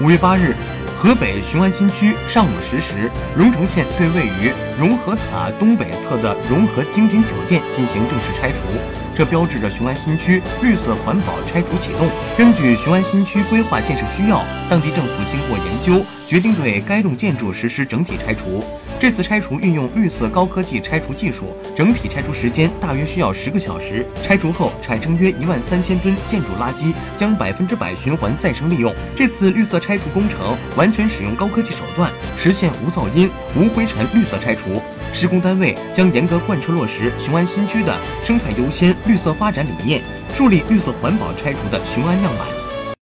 5月8日，河北雄安新区上午10时，荣成县对位于融合塔东北侧的融合精品酒店进行正式拆除，这标志着雄安新区绿色环保拆除启动。根据雄安新区规划建设需要，当地政府经过研究，决定对该栋建筑实施整体拆除。这次拆除运用绿色高科技拆除技术，整体拆除时间大约需要10个小时。拆除后产生约13000吨建筑垃圾，将100%循环再生利用。这次绿色拆除工程完全使用高科技手段，实现无噪音、无灰尘绿色拆除。施工单位将严格贯彻落实雄安新区的生态优先、绿色发展理念，树立绿色环保拆除的雄安样板。